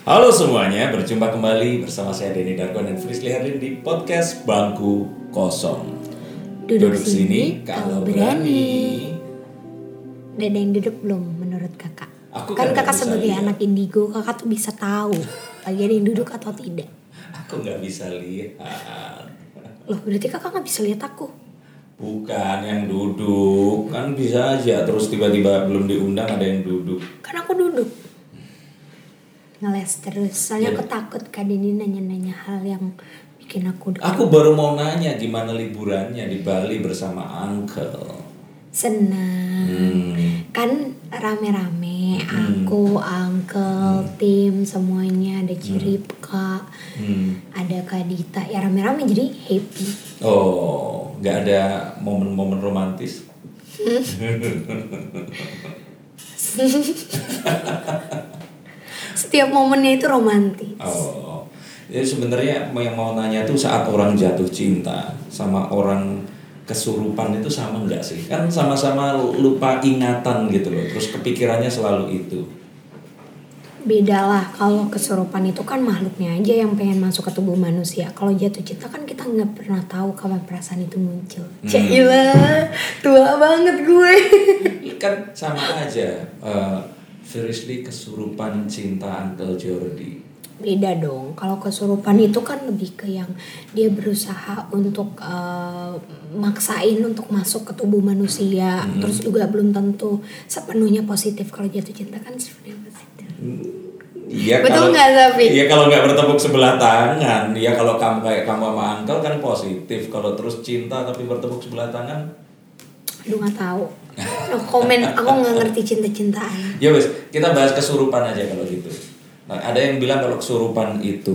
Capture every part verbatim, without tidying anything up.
Halo semuanya, berjumpa kembali bersama saya Denny Darko dan Frisly Hardin di podcast Bangku Kosong. Duduk, duduk sini kalau berani. Udah ada yang duduk belum menurut kakak? Aku kan, kan kakak sebagai lihat. anak indigo, kakak tuh bisa tahu lagi ada yang duduk atau tidak. Aku gak bisa lihat. Loh, berarti kakak gak bisa lihat aku? Bukan yang duduk, kan bisa aja terus tiba-tiba belum diundang ada yang duduk. Kan aku duduk ngeles terus, soalnya aku takut Kak Denny nanya-nanya hal yang bikin aku deg-degan. Aku baru mau nanya gimana liburannya di Bali bersama Uncle. Senang, hmm. kan rame-rame, hmm. aku, Uncle, hmm. tim semuanya, ada Ciripka, hmm. ada Kak Dita, ya rame-rame jadi happy. Oh, nggak ada momen-momen romantis? Setiap momennya itu romantis. Oh, jadi sebenarnya yang mau nanya tuh saat orang jatuh cinta sama orang kesurupan itu sama nggak sih? Kan sama-sama lupa ingatan gitu loh. Terus kepikirannya selalu itu. Beda lah, kalau kesurupan itu kan makhluknya aja yang pengen masuk ke tubuh manusia. Kalau jatuh cinta kan kita nggak pernah tahu kapan perasaan itu muncul. Hmm. Cailah, tua banget gue. Kan sama aja. Uh, Frisly kesurupan cinta Uncle Jordi. Beda dong. Kalau kesurupan itu kan lebih ke yang dia berusaha untuk uh, maksain untuk masuk ke tubuh manusia. Hmm. Terus juga belum tentu sepenuhnya positif. Kalau jatuh cinta kan sebenarnya positif. Iya, betul nggak tapi? Iya, kalau nggak bertepuk sebelah tangan. Iya, kalau kamu kayak kamu sama Uncle kan positif. Kalau terus cinta tapi bertepuk sebelah tangan, aduh nggak tahu. No komen, aku nggak ngerti cinta-cintaan. Ya wes, kita bahas kesurupan aja kalau gitu. Nah, ada yang bilang kalau kesurupan itu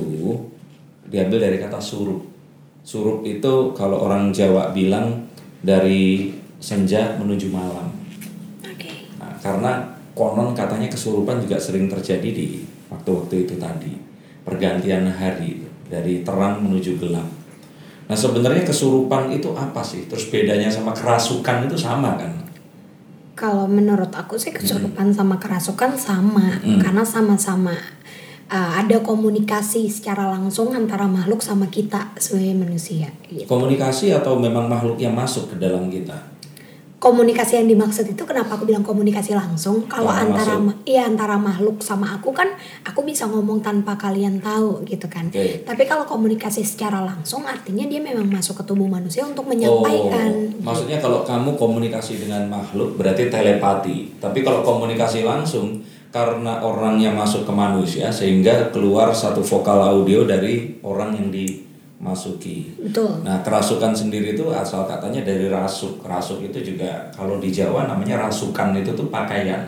diambil dari kata surup. Surup itu kalau orang Jawa bilang dari senja menuju malam. Oke. Okay. Nah, karena konon katanya kesurupan juga sering terjadi di waktu-waktu itu tadi, pergantian hari dari terang menuju gelap. Nah, sebenarnya kesurupan itu apa sih? Terus bedanya sama kerasukan itu sama kan? Kalau menurut aku sih kesurupan hmm. sama kerasukan sama, hmm. karena sama-sama uh, ada komunikasi secara langsung antara makhluk sama kita sebagai manusia. Gitu. Komunikasi atau memang makhluk yang masuk ke dalam kita? Komunikasi yang dimaksud itu kenapa aku bilang komunikasi langsung? Kalau antara iya antara makhluk sama aku kan aku bisa ngomong tanpa kalian tahu gitu kan. Okay. Tapi kalau komunikasi secara langsung artinya dia memang masuk ke tubuh manusia untuk menyampaikan. Oh, maksudnya kalau kamu komunikasi dengan makhluk berarti telepati. Tapi kalau komunikasi langsung karena orangnya masuk ke manusia sehingga keluar satu vokal audio dari orang yang di masuki. Betul. Nah, kerasukan sendiri itu asal katanya dari rasuk. Rasuk itu juga kalau di Jawa namanya rasukan, itu tuh pakaian.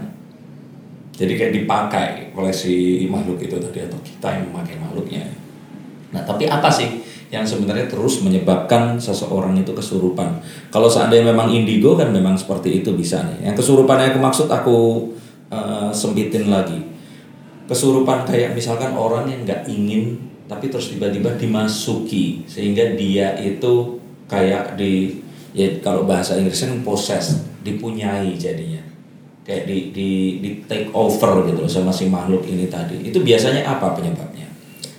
Jadi kayak dipakai oleh si makhluk itu tadi atau kita yang memakai makhluknya. Nah, tapi apa sih yang sebenarnya terus menyebabkan seseorang itu kesurupan? Kalau seandainya memang indigo kan memang seperti itu bisa nih. Yang kesurupan yang aku maksud aku uh, sempitin lagi. Kesurupan kayak misalkan orang yang nggak ingin tapi terus tiba-tiba dimasuki sehingga dia itu kayak di ya kalau bahasa Inggrisnya possess, dipunyai jadinya kayak di di di take over gitu sama si makhluk ini tadi. Itu biasanya apa penyebabnya?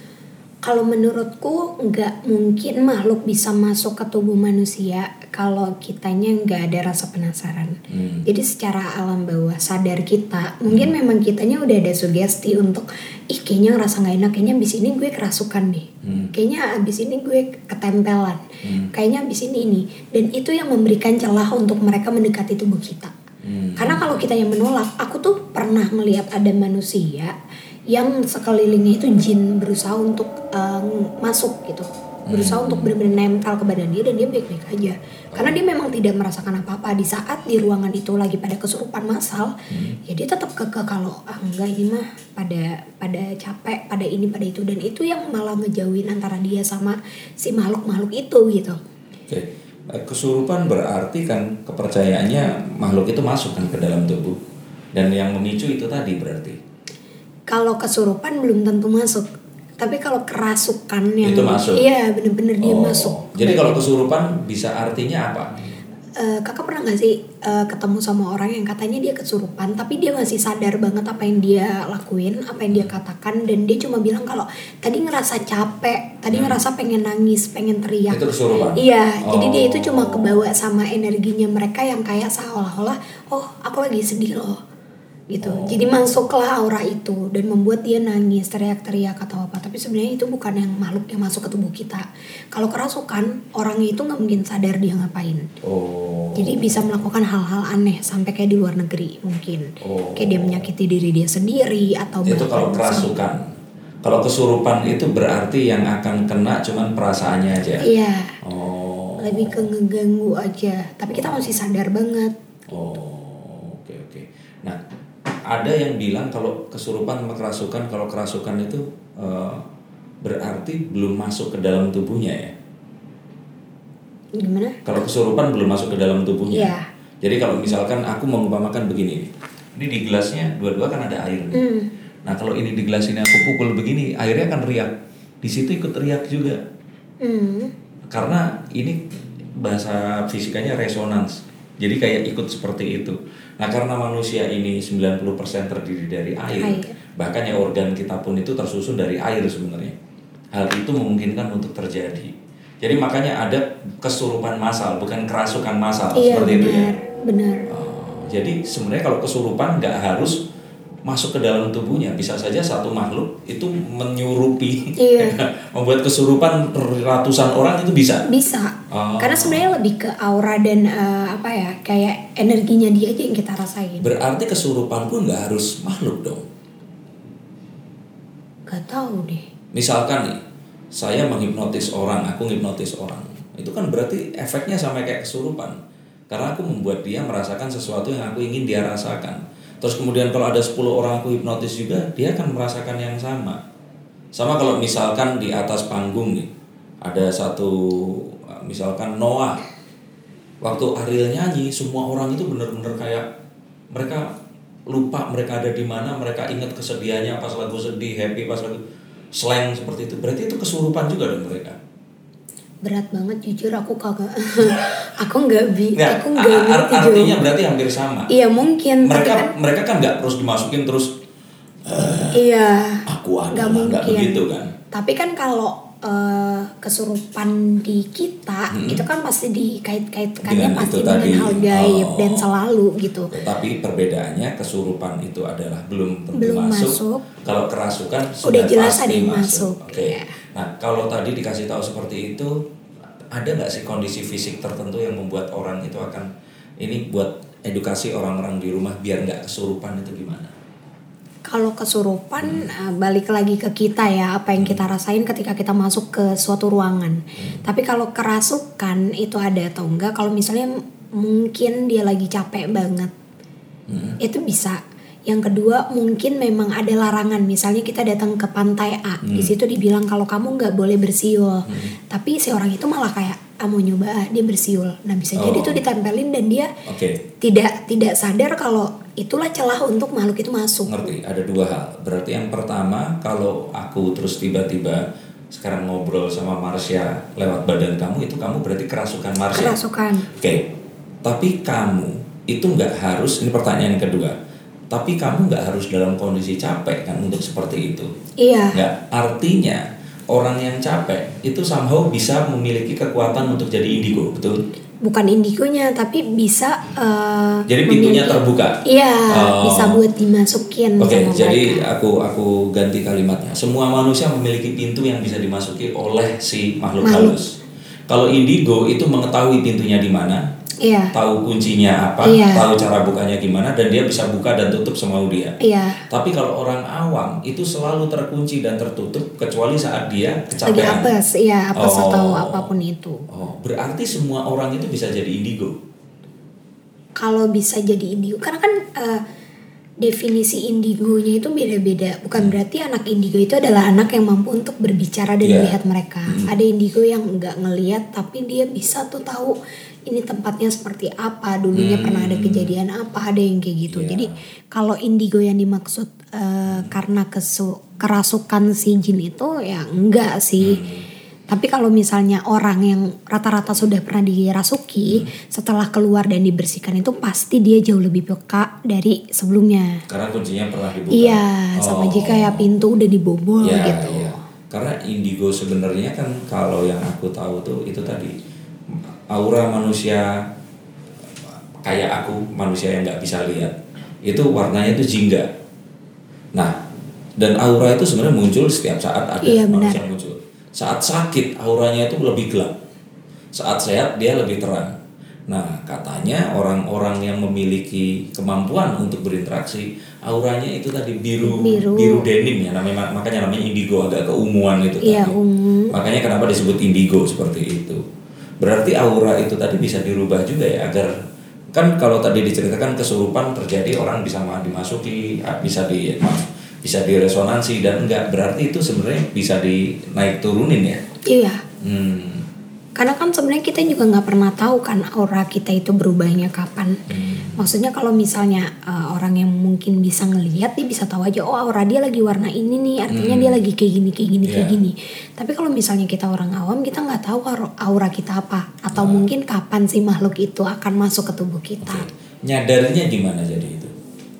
Kalau menurutku nggak mungkin makhluk bisa masuk ke tubuh manusia kalau kitanya nggak ada rasa penasaran. Hmm. Jadi secara alam bawah sadar kita mungkin hmm. memang kitanya udah ada sugesti untuk ih kayaknya ngerasa nggak enak, kayaknya abis ini gue kerasukan nih, hmm. kayaknya abis ini gue ketempelan, hmm. kayaknya abis ini ini, dan itu yang memberikan celah untuk mereka mendekati tubuh kita. Hmm. Karena kalau kita yang menolak, aku tuh pernah melihat ada manusia yang sekelilingnya itu jin berusaha untuk um, masuk gitu, berusaha hmm. untuk benar-benar nempel ke badan dia dan dia baik-baik aja, karena dia memang tidak merasakan apa-apa di saat di ruangan itu lagi pada kesurupan massal, hmm. ya dia tetap kekeh kalau ah enggak ini mah pada pada capek, pada ini pada itu, dan itu yang malah ngejauhin antara dia sama si makhluk-makhluk itu gitu. Oke, kesurupan berarti kan kepercayaannya makhluk itu masuk kan ke dalam tubuh dan yang memicu itu tadi berarti. Kalau kesurupan belum tentu masuk, tapi kalau kerasukan yang itu masuk. Iya, benar-benar dia oh, masuk. Jadi kalau kesurupan bisa artinya apa? uh, kakak pernah nggak sih uh, ketemu sama orang yang katanya dia kesurupan tapi dia masih sadar banget apa yang dia lakuin, apa yang dia katakan, dan dia cuma bilang kalau tadi ngerasa capek, tadi hmm. ngerasa pengen nangis, pengen teriak. Itu kesurupan? Iya, oh. jadi dia itu cuma kebawa sama energinya mereka yang kayak seolah-olah oh aku lagi sedih loh gitu. Oh. Jadi masuklah aura itu dan membuat dia nangis, teriak-teriak atau apa. Tapi sebenarnya itu bukan yang makhluk yang masuk ke tubuh kita. Kalau kerasukan, orangnya itu nggak mungkin sadar dia ngapain. Oh. Jadi bisa melakukan hal-hal aneh sampai kayak di luar negeri mungkin. Oh. Kayak dia menyakiti diri dia sendiri atau itu kalau kerasukan. Kalau kesurupan itu berarti yang akan kena cuman perasaannya aja. Iya. Oh. Lebih ke ngeganggu aja. Tapi kita masih sadar banget. Oh, oke oke. Nah, ada yang bilang kalau kesurupan sama kerasukan, kalau kerasukan itu uh, berarti belum masuk ke dalam tubuhnya ya? Gimana? Kalau kesurupan belum masuk ke dalam tubuhnya. Iya. Jadi kalau misalkan aku mengumpamakan begini, ini di gelasnya dua-dua kan ada air nih. Mm. Nah kalau ini di gelas ini aku pukul begini, airnya akan riak. Di situ ikut riak juga. Mm. Karena ini bahasa fisikanya resonans. Jadi kayak ikut seperti itu. Nah karena manusia ini sembilan puluh persen terdiri dari air, air. Bahkan ya organ kita pun itu tersusun dari air sebenarnya. Hal itu memungkinkan untuk terjadi. Jadi makanya ada kesurupan massal, bukan kerasukan massal. Iya, seperti benar, itu ya. Benar. Uh, jadi sebenarnya kalau kesurupan nggak harus masuk ke dalam tubuhnya, bisa saja satu makhluk itu menyurupi, iya. membuat kesurupan ratusan orang itu bisa. Bisa, oh. Karena sebenarnya lebih ke aura dan uh, apa ya, kayak energinya dia aja yang kita rasain. Berarti kesurupan pun nggak harus makhluk dong? Gak tahu deh. Misalkan nih, saya menghipnotis orang, aku menghipnotis orang, itu kan berarti efeknya sama kayak kesurupan, karena aku membuat dia merasakan sesuatu yang aku ingin dia rasakan. Terus kemudian kalau ada sepuluh orang aku hipnotis juga, dia akan merasakan yang sama. Sama kalau misalkan di atas panggung nih, ada satu, misalkan Noah. Waktu Ariel nyanyi, semua orang itu benar-benar kayak mereka lupa mereka ada di mana, mereka ingat kesedihannya pas lagu sedih, happy pas lagu slang seperti itu. Berarti itu kesurupan juga dong mereka. Berat banget jujur, aku kagak aku nggak bi ya, aku nggak ngerti juga. Artinya berarti hampir sama. Iya mungkin. Mereka kan, mereka kan nggak terus dimasukin terus. Uh, iya. Aku ada nggak begitu kan. Tapi kan kalau uh, kesurupan di kita hmm. itu kan pasti dikait-kaitkannya dengan pasti dengan tadi. Hal gaib oh, dan selalu gitu. Tetapi perbedaannya kesurupan itu adalah belum tentu belum masuk. masuk. Kalau kerasukan udah sudah jelas pasti ada yang masuk. masuk. Oke. Okay. Yeah. Nah kalau tadi dikasih tahu seperti itu, ada nggak sih kondisi fisik tertentu yang membuat orang itu akan ini buat edukasi orang-orang di rumah biar nggak kesurupan itu gimana? Kalau kesurupan hmm. balik lagi ke kita ya, apa yang kita rasain ketika kita masuk ke suatu ruangan. Hmm. Tapi kalau kerasukan itu ada atau enggak? Kalau misalnya mungkin dia lagi capek banget, hmm. itu bisa. Yang kedua mungkin memang ada larangan, misalnya kita datang ke pantai A, hmm. di situ dibilang kalau kamu nggak boleh bersiul, hmm. tapi si orang itu malah kayak ah, mau nyoba ah, dia bersiul. Nah bisa oh. jadi itu ditempelin dan dia okay. tidak tidak sadar kalau itulah celah untuk makhluk itu masuk. Ngerti? Ada dua hal. Berarti yang pertama kalau aku terus tiba-tiba sekarang ngobrol sama Marsha lewat badan kamu, itu kamu berarti kerasukan Marsha. Kerasukan. Oke. Okay. Tapi kamu itu nggak harus. Ini pertanyaan yang kedua. Tapi kamu nggak harus dalam kondisi capek kan untuk seperti itu. Iya. Nggak, artinya orang yang capek itu somehow bisa memiliki kekuatan untuk jadi indigo, betul? Bukan indigonya, tapi bisa. Uh, jadi pintunya memiliki, terbuka. Iya, oh. bisa buat dimasukin. Oke, okay, jadi mereka. aku aku ganti kalimatnya. Semua manusia memiliki pintu yang bisa dimasuki oleh si makhluk Mahluk. halus. Kalau indigo itu mengetahui pintunya di mana. Iya. Tahu kuncinya apa, iya. tahu cara bukanya gimana, dan dia bisa buka dan tutup semau dia. Iya. Tapi kalau orang awam itu selalu terkunci dan tertutup kecuali saat dia kecapean. Lagi apes, iya apes oh. atau apapun itu. Oh, berarti semua orang itu bisa jadi indigo. Kalau bisa jadi indigo, karena kan uh, definisi indigonya itu beda-beda. Bukan hmm. berarti anak indigo itu adalah anak yang mampu untuk berbicara dan yeah. melihat mereka. Hmm. Ada indigo yang nggak ngelihat, tapi dia bisa tuh tahu ini tempatnya seperti apa, dulunya hmm. pernah ada kejadian apa, ada yang kayak gitu. Yeah. Jadi kalau indigo yang dimaksud uh, karena kesu- kerasukan si jin itu ya enggak sih. Hmm. Tapi kalau misalnya orang yang rata-rata sudah pernah dirasuki, hmm. setelah keluar dan dibersihkan itu pasti dia jauh lebih peka dari sebelumnya. Karena kuncinya pernah dibuka. Iya, oh. sama jika ya pintu udah dibobol ya, gitu. Ya. Karena indigo sebenarnya kan kalau yang aku tahu tuh itu tadi aura manusia kayak aku, manusia yang nggak bisa lihat, itu warnanya itu jingga. Nah, dan aura itu sebenarnya muncul setiap saat ada iya, manusia benar. muncul. Saat sakit auranya itu lebih gelap, saat sehat dia lebih terang. Nah katanya orang-orang yang memiliki kemampuan untuk berinteraksi auranya itu tadi biru biru, biru denim ya namanya, makanya namanya indigo, agak keunguan itu iya, tadi. Ungu. Makanya kenapa disebut indigo seperti itu. Berarti aura itu tadi bisa dirubah juga ya, agar kan kalau tadi diceritakan kesurupan terjadi orang bisa dimasuki, bisa di bisa diresonansi dan enggak, berarti itu sebenarnya bisa dinaik turunin ya. Iya. Hmm. Karena kan sebenarnya kita juga nggak pernah tahu kan aura kita itu berubahnya kapan. Hmm. Maksudnya kalau misalnya uh, orang yang mungkin bisa ngelihat dia bisa tahu aja, oh aura dia lagi warna ini nih, artinya hmm. dia lagi kayak gini kayak gini yeah. kayak gini. Tapi kalau misalnya kita orang awam, kita nggak tahu aura kita apa, atau nah. mungkin kapan sih makhluk itu akan masuk ke tubuh kita. Okay. Nyadarinya gimana jadi itu?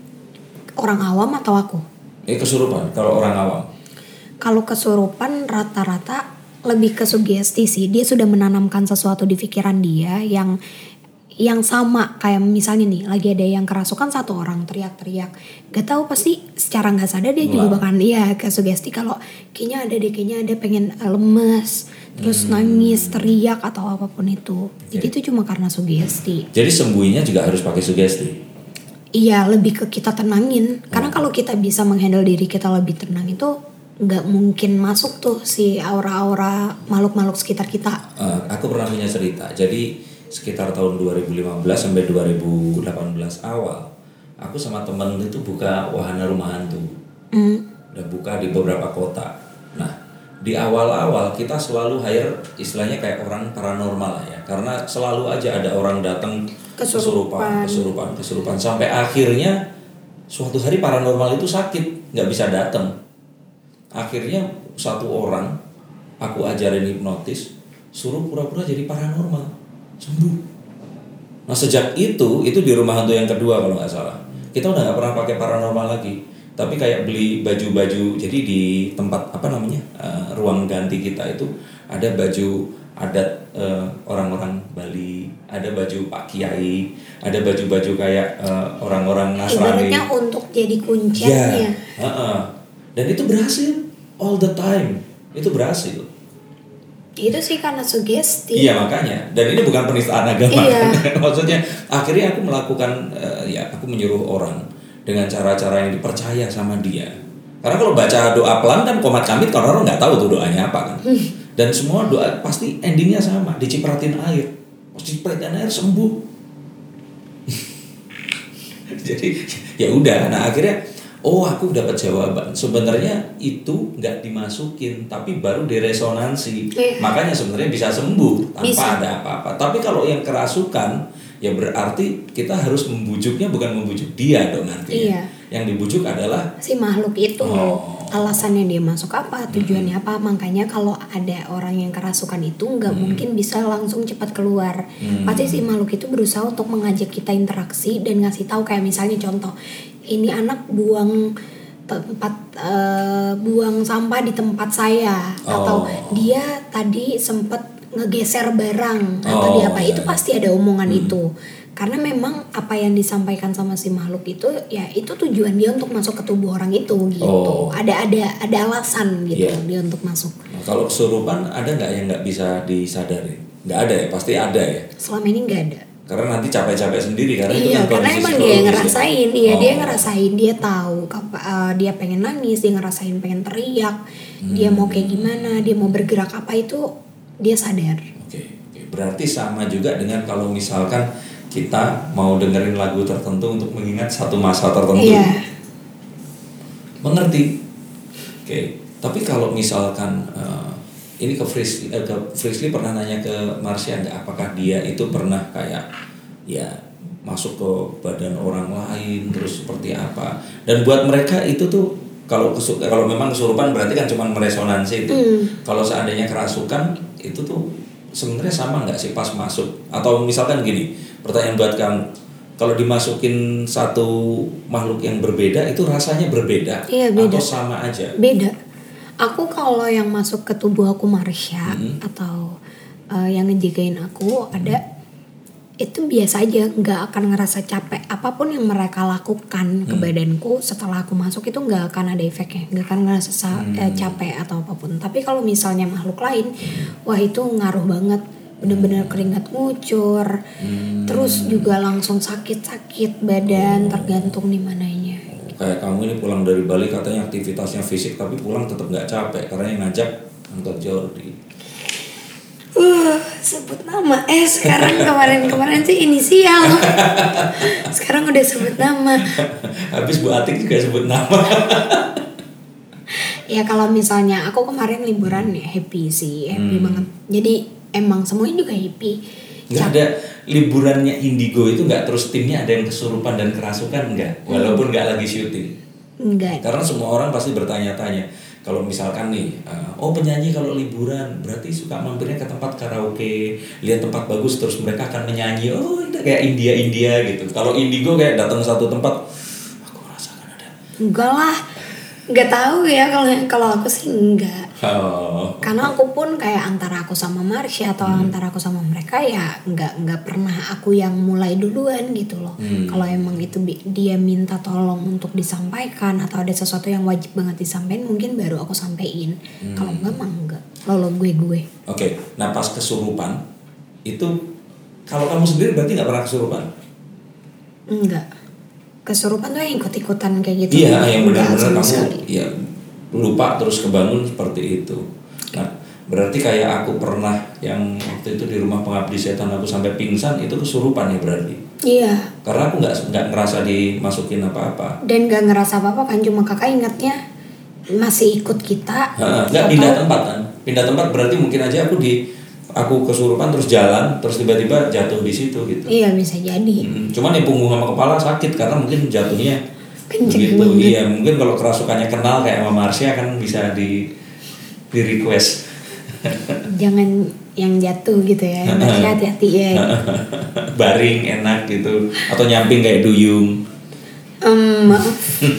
Orang awam atau aku? Eh kesurupan kalau orang awam. Kalau kesurupan rata-rata lebih ke sugesti sih. Dia sudah menanamkan sesuatu di pikiran dia yang yang sama kayak misalnya nih lagi ada yang kerasukan satu orang teriak-teriak. Gak tahu pasti secara nggak sadar dia wow. juga bahkan iya ke sugesti kalau kayaknya ada deh kayaknya ada pengen lemes terus hmm. nangis teriak atau apapun itu. Okay. Jadi itu cuma karena sugesti. Jadi sembuhnya juga harus pakai sugesti. Iya, lebih ke kita tenangin. Karena kalau kita bisa menghandle diri kita lebih tenang itu nggak mungkin masuk tuh si aura-aura makhluk-makhluk sekitar kita. Uh, aku pernah punya cerita. Jadi sekitar tahun dua ribu lima belas sampai dua ribu delapan belas awal, aku sama temen itu buka wahana rumah hantu. Mm. Udah buka di beberapa kota. Nah, di awal-awal kita selalu hire istilahnya kayak orang paranormal ya. Karena selalu aja ada orang datang kesurupan, kesurupan, kesurupan sampai akhirnya suatu hari paranormal itu sakit, nggak bisa datang. Akhirnya satu orang aku ajarin hipnotis, suruh pura-pura jadi paranormal, sembuh. Nah sejak itu, itu di rumah hantu yang kedua kalau nggak salah, kita udah nggak pernah pakai paranormal lagi, tapi kayak beli baju-baju. Jadi di tempat apa namanya uh, ruang ganti kita itu ada baju adat uh, orang-orang Bali, ada baju Pak Kiai, ada baju-baju kayak uh, orang-orang Nasrani. Ibaratnya untuk jadi kuncinya. Ya, uh-uh. Dan itu berhasil all the time, itu berhasil. Itu sih karena sugesti. Iya makanya, dan ini bukan penistaan agama. Iya. Maksudnya akhirnya aku melakukan, uh, ya aku menyuruh orang dengan cara-cara yang dipercaya sama dia. Karena kalau baca doa pelan kan komat kamit, kalau orang nggak tahu tuh doanya apa kan. Hmm. Dan semua doa pasti endingnya sama, dicipratin air, cipratin air sembuh. Jadi ya udah, nah akhirnya oh aku dapat jawaban. Sebenarnya itu nggak dimasukin, tapi baru diresonansi. Eh. Makanya sebenarnya bisa sembuh tanpa bisa. Ada apa-apa. Tapi kalau yang kerasukan, ya berarti kita harus membujuknya, bukan membujuk dia dong nanti. Iya. Yang dibujuk adalah si makhluk itu. Oh. Alasannya dia masuk apa, tujuannya hmm. apa. Makanya kalau ada orang yang kerasukan itu nggak hmm. mungkin bisa langsung cepat keluar. hmm. Pasti si makhluk itu berusaha untuk mengajak kita interaksi dan ngasih tahu, kayak misalnya contoh, ini anak buang tempat uh, buang sampah di tempat saya. Oh. Atau dia tadi sempet ngegeser barang. Atau oh, dia apa, itu pasti ada omongan hmm. itu. Karena memang apa yang disampaikan sama si makhluk itu, ya itu tujuan dia untuk masuk ke tubuh orang itu gitu. Oh. Ada ada ada alasan gitu yeah. dia untuk masuk. Nah, kalau kesurupan ada nggak yang nggak bisa disadari? Nggak ada ya, pasti ada ya. Selama ini nggak ada. Karena nanti capek-capek sendiri karena iya, itu kan karena emang dia yang ngerasain, dia oh. dia ngerasain, dia tahu uh, dia pengen nangis, dia ngerasain pengen teriak, hmm. dia mau kayak gimana, dia mau bergerak apa itu dia sadar. Oke, okay. okay. Berarti sama juga dengan kalau misalkan kita mau dengerin lagu tertentu untuk mengingat satu masa tertentu. Iya. Mengerti? Oke. Okay. Tapi kalau misalkan uh, ini ke Frisley, eh, ke Frisley pernah nanya ke Marsha nggak, apakah dia itu pernah kayak ya masuk ke badan orang lain terus seperti apa? Dan buat mereka itu tuh kalau kesu- kalau memang kesurupan berarti kan cuma meresonansi itu. Hmm. Kalau seandainya kerasukan itu tuh sebenarnya sama nggak sih pas masuk? Atau misalkan gini, pertanyaan buat kamu, kalau dimasukin satu makhluk yang berbeda itu rasanya berbeda, Iya, beda. atau sama aja? Beda. Aku kalau yang masuk ke tubuh aku Marsha Hmm. atau uh, yang ngejagain aku ada, itu biasa aja, nggak akan ngerasa capek. Apapun yang mereka lakukan ke Hmm. badanku setelah aku masuk itu nggak akan ada efeknya, nggak akan ngerasa sa- Hmm. eh, capek atau apapun. Tapi kalau misalnya makhluk lain, wah itu ngaruh banget, bener-bener keringat ngucur, Hmm. terus juga langsung sakit-sakit badan, tergantung di mananya. Kayak kamu ini pulang dari Bali katanya aktivitasnya fisik tapi pulang tetap nggak capek karena yang ngajak Uncle Jordi. Uh, sebut nama. Eh sekarang kemarin-kemarin sih inisial. Sekarang udah sebut nama. Habis Bu Atik juga sebut nama. Ya kalau misalnya aku kemarin liburan ya happy sih, happy Hmm. banget. Jadi emang semuanya juga happy. Nggak Cap- ada liburannya Indigo itu nggak terus timnya ada yang kesurupan dan kerasukan nggak? Walaupun nggak lagi syuting. Enggak. Karena semua orang pasti bertanya-tanya. Kalau misalkan nih, uh, oh penyanyi kalau liburan berarti suka mampirnya ke tempat karaoke, lihat tempat bagus terus mereka akan menyanyi. Oh itu kayak India-India gitu. Kalau Indigo kayak datang satu tempat, aku merasakan ada. Enggak lah. Enggak tahu ya kalau kalau aku sih enggak. Oh. Karena aku pun kayak antara aku sama Marsha atau Hmm. antara aku sama mereka ya nggak nggak pernah aku yang mulai duluan gitu loh. Hmm. Kalau emang itu bi- dia minta tolong untuk disampaikan atau ada sesuatu yang wajib banget disampaikan mungkin baru aku sampein. Hmm. Kalau enggak mah enggak. Kalau gue gue. Oke, nah pas kesurupan itu kalau kamu sendiri berarti nggak pernah kesurupan? Enggak. Kesurupan tuh yang ikut-ikutan kayak gitu. Iya, yang Enggak benar-benar sama kamu sekali. ya lupa terus kebangun seperti itu. Nah, berarti kayak aku pernah yang waktu itu di rumah pengabdi setan aku sampai pingsan itu kesurupan ya berarti. Iya. Karena aku nggak nggak ngerasa dimasukin apa-apa. Dan gak ngerasa apa-apa kan, cuma kakak ingatnya masih ikut kita. Ha, nggak atau- pindah tempat kan? Pindah tempat berarti mungkin aja aku di aku kesurupan terus jalan terus tiba-tiba jatuh di situ gitu. Iya bisa jadi. Hmm, cuman ya punggung sama kepala sakit karena mungkin jatuhnya Kenceng begitu. banget. Iya, mungkin kalau kerasukannya kenal kayak sama Marsha kan bisa di di request. Jangan yang jatuh gitu ya, masih hati-hati ya. Baring enak gitu atau nyamping kayak duyung. Em, maaf.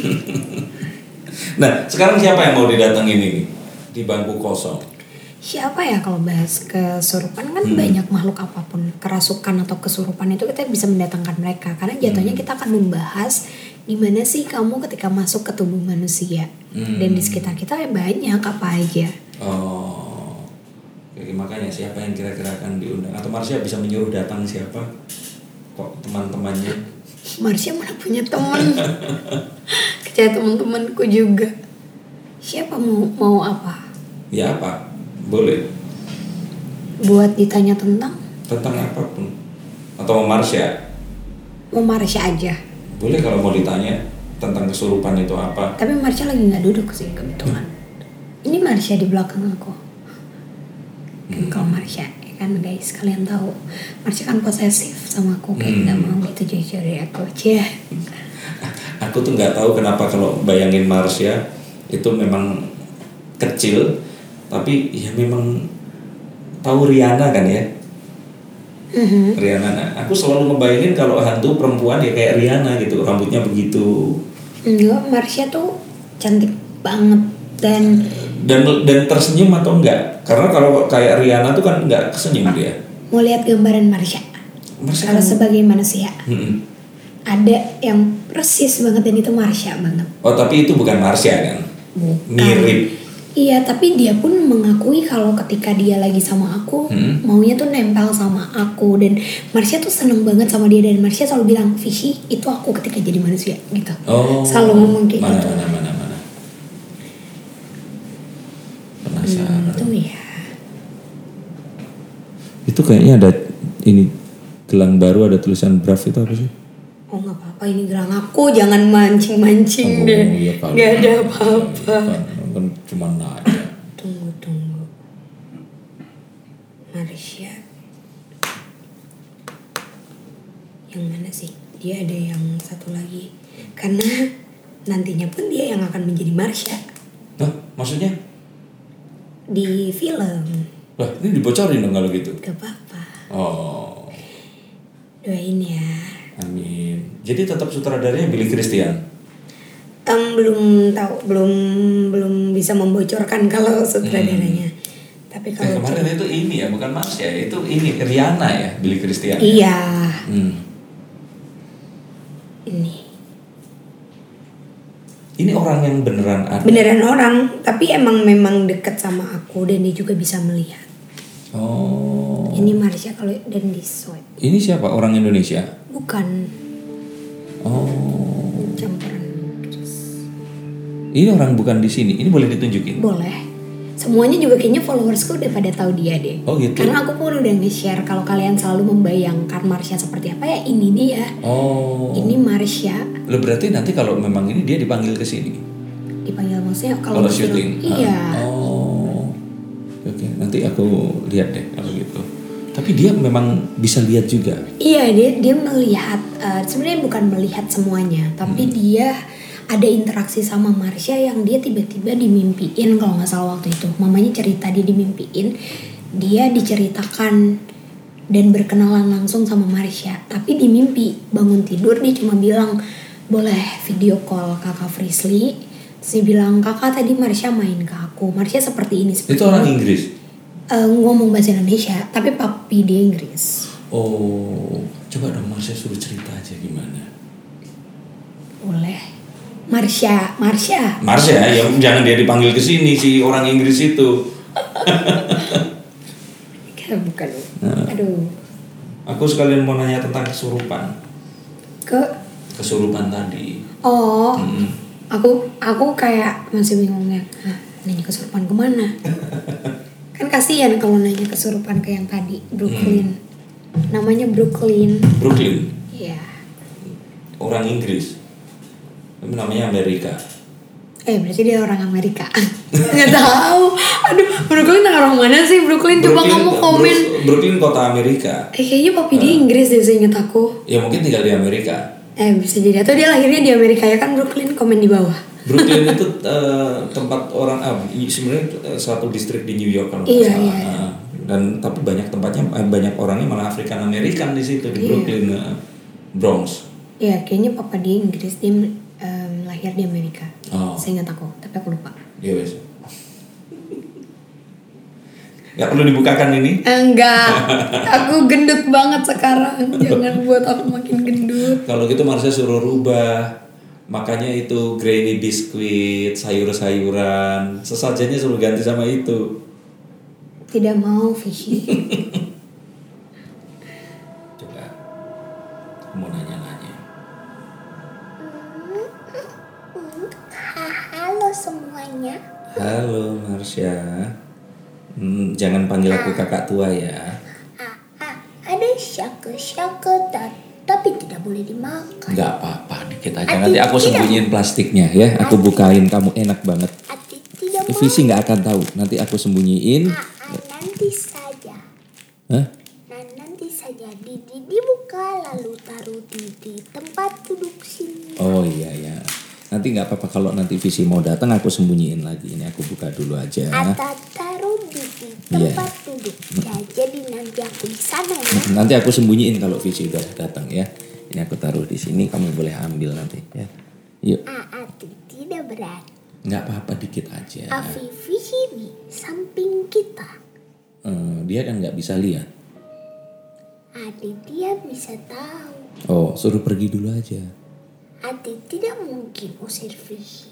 Nah, sekarang siapa yang mau didatengin ini di bangku kosong? Siapa ya kalau bahas kesurupan kan Hmm. banyak makhluk apapun, kerasukan atau kesurupan itu kita bisa mendatangkan mereka karena jatuhnya Hmm. kita akan membahas gimana sih kamu ketika masuk ke tubuh manusia. Hmm. Dan di sekitar kita ya banyak apa aja. Oh, oke, makanya siapa yang kira-kira akan diundang? Atau Marsha bisa menyuruh datang siapa? Kok teman-temannya? Marsha mana punya teman? Kayak teman-temanku juga. Siapa mau mau apa? Ya apa? Boleh Buat ditanya tentang tentang apapun. Atau mau Marsha? mau Marsha aja. Boleh kalau mau ditanya tentang kesurupan itu apa? Tapi Marsha lagi nggak duduk sih kebetulan. Ini Marsha di belakang aku. Kan Hmm. kalau Marsha ya kan guys kalian tahu Marsha kan posesif sama aku kayak Hmm. nggak mau itu jujur dari aku aja. Aku tuh nggak tahu kenapa kalau bayangin Marsha itu memang kecil, tapi ya memang tahu Rihanna kan ya. Mhm. Rihanna, nah, aku selalu ngebayangin kalau hantu perempuan ya kayak Rihanna gitu, rambutnya begitu. Enggak, Marsha tuh cantik banget dan Dan dan tersenyum atau enggak? Karena kalau kayak Rihanna tuh kan enggak kesenyum dia. mau lihat gambaran Marsha. Marsha Kalau kan- sebagai manusia Mm-mm. ada yang persis banget dan itu Marsha banget. Oh tapi itu bukan Marsha kan? Bukan. Mirip. Iya, tapi dia pun mengakui kalau ketika dia lagi sama aku, Hmm. maunya tuh nempel sama aku dan Marsha tuh seneng banget sama dia dan Marsha selalu bilang, "Fishy, itu aku ketika jadi manusia." gitu. Oh. Selalu ngomong kayak mana, gitu. Mana mana mana. Penasaran. Hmm, itu ya. Itu kayaknya ada ini gelang baru ada tulisan Brave itu apa sih? Oh nggak apa-apa, ini gelang aku, jangan mancing-mancing deh. iya kali. Nggak ada apa-apa. Kan, kan cuma nanya. Tunggu tunggu. Marsha. Yang mana sih? Dia ada yang satu lagi. Karena nantinya pun dia yang akan menjadi Marsha. Hah? Maksudnya? Di film. Wah, ini dibocorin dong kalau gitu. Gak apa-apa. Oh. Doain ya. Amin. Jadi tetap sutradaranya Billy Christian. Um, belum tahu, belum belum bisa membocorkan kalau sutradaranya. Hmm. Tapi kalau eh, kemarin itu ini ya, bukan Marsha, itu ini Rihanna ya, Billy Christian. Iya. Hmm. Ini. Ini orang yang beneran ada. Beneran orang, tapi emang memang dekat sama aku dan dia juga bisa melihat. Oh. Ini Marsha kalau dan di swipe. Ini siapa? Orang Indonesia? Bukan. Oh. Campuran. Ini orang bukan di sini. Ini boleh ditunjukin? Boleh. Semuanya juga kayaknya followersku udah pada tahu dia deh. Oh gitu. Karena aku pun udah nge-share kalau kalian selalu membayangkan Marsha seperti apa ya ini dia. Oh. Ini Marsha. Lo berarti nanti kalau memang ini dia dipanggil ke sini? Dipanggil maksudnya kalau syuting. Iya. Oh. Oke, nanti aku lihat deh kalau gitu. Tapi dia memang bisa lihat juga. Iya, dia dia melihat uh, sebenarnya bukan melihat semuanya, tapi hmm. dia ada interaksi sama Marsha yang dia tiba-tiba dimimpiin kalau nggak salah waktu itu. Mamanya cerita dia dimimpiin, dia diceritakan dan berkenalan langsung sama Marsha. Tapi di mimpi bangun tidur dia cuma bilang boleh video call kakak Frisly. Terus dia bilang kakak tadi Marsha main ke aku. Marsha seperti ini. Seperti itu orang Inggris? Uh, ngomong bahasa Indonesia, tapi papi dia Inggris. Oh, coba dong Marsha suruh cerita aja gimana. Boleh. Marsha, Marsha. Marsha, ya jangan dia dipanggil ke sini si orang Inggris itu. Bukan. Nah, aduh. Aku sekalian mau nanya tentang kesurupan. Ke? Kesurupan tadi. Oh. Hmm. Aku, aku kayak masih bingungnya. Nah, nanya kesurupan kemana? Kan kasihan kalau nanya kesurupan ke yang tadi, Brooklyn. Hmm. Namanya Brooklyn. Brooklyn. Iya. Orang Inggris. Tapi namanya Amerika. Eh berarti dia orang Amerika. Nggak tahu. Aduh, Brooklyn orang mana sih Brooklyn? Coba kamu komen. Brooklyn kota Amerika. Eh kayaknya papi uh. dia Inggris deh seinget aku. Ya mungkin tinggal di Amerika. Eh bisa jadi atau dia lahirnya di Amerika ya kan Brooklyn, komen di bawah. Brooklyn itu uh, tempat orang ah, sebenarnya uh, suatu distrik di New York kalau iya, salah. Iya. Uh, dan tapi banyak tempatnya banyak orangnya malah Afrikan Amerikan di situ di Brooklyn, iya. uh, Bronx. Iya kayaknya papa dia Inggris, dia um, lahir di Amerika. Oh. Saya ingat aku, tapi aku lupa. Iya wes. Gak perlu dibukakan ini? Enggak, aku gendut banget sekarang. Jangan buat aku makin gendut. Kalau gitu Marsha suruh rubah. Makanya itu grainy biskuit, sayur-sayuran, sesajennya suruh ganti sama itu. Tidak mau, Fishy. Coba, mau nanya-nanya. Halo semuanya. Halo Marsha. Hmm, jangan panggil aku kakak tua ya. Ah, ah, ada syaka-syaka tapi tidak boleh dimakan. Gak apa-apa, dikit aja. Ati, nanti aku sembunyiin plastiknya ya. Aku Ati, bukain, kamu enak banget. Visi nggak akan tahu. Nanti aku sembunyiin. Ah, ah, nanti saja. Hah? Nah, nanti saja. Di, di, dibuka lalu taruh di, di tempat duduk sini. Oh iya ya. Nanti nggak apa-apa kalau nanti Visi mau datang aku sembunyiin lagi. Ini aku buka dulu aja. Atau taruh di, di tempat yeah. duduk. Ya, jadi nanti aku di sana ya. Nanti aku sembunyiin kalau Visi udah datang ya. Ini aku taruh di sini, kamu boleh ambil nanti ya. Yuk. Ah, Ati tidak berat. Nggak apa-apa, dikit aja. Afifi sini samping kita. Hmm, dia kan nggak bisa lihat. Adi dia bisa tahu. Oh, suruh pergi dulu aja. Adi tidak mungkin usir Visi.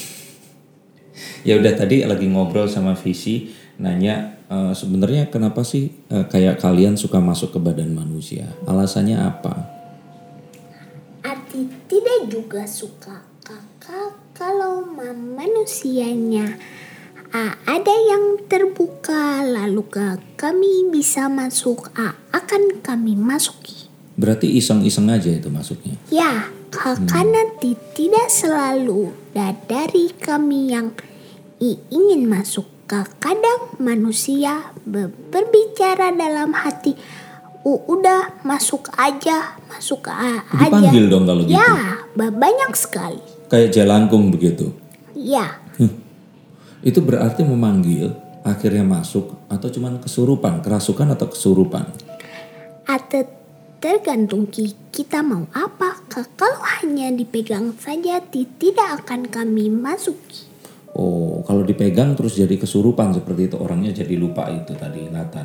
Ya udah, tadi lagi ngobrol sama Visi, nanya e, sebenarnya kenapa sih e, kayak kalian suka masuk ke badan manusia? Alasannya apa? Adi tidak juga suka kakak kalau manusianya ah, ada yang terbuka lalu kami bisa masuk ah, akan kami masuki. Berarti iseng-iseng aja itu masuknya? Ya, kakak hmm. nanti tidak selalu dari kami yang ingin masuk. Kadang manusia berbicara dalam hati, uh, udah masuk aja, masuk a- aja. Dipanggil dong kalau gitu. Ya, banyak sekali. kayak jelangkung begitu. Ya. Itu berarti memanggil akhirnya masuk atau cuman kesurupan, kerasukan atau kesurupan? Atau tergantung kita mau apa. Kalau hanya dipegang saja tidak akan kami masuki. Oh, kalau dipegang terus jadi kesurupan seperti itu, orangnya jadi lupa itu tadi ingatan.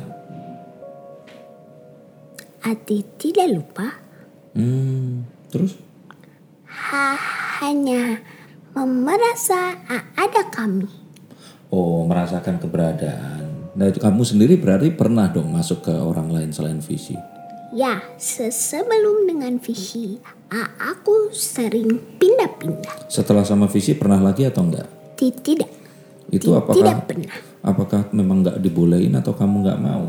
Ati tidak lupa. Hmm, terus? Ha, hanya merasa ada kami. Oh, merasakan keberadaan. Nah, itu kamu sendiri berarti pernah dong masuk ke orang lain selain visi? Ya, sebelum dengan visi, aku sering pindah-pindah. Setelah sama visi pernah lagi atau enggak? Tidak. Itu apakah? Tidak pernah. Apakah memang enggak dibolehin atau kamu enggak mau?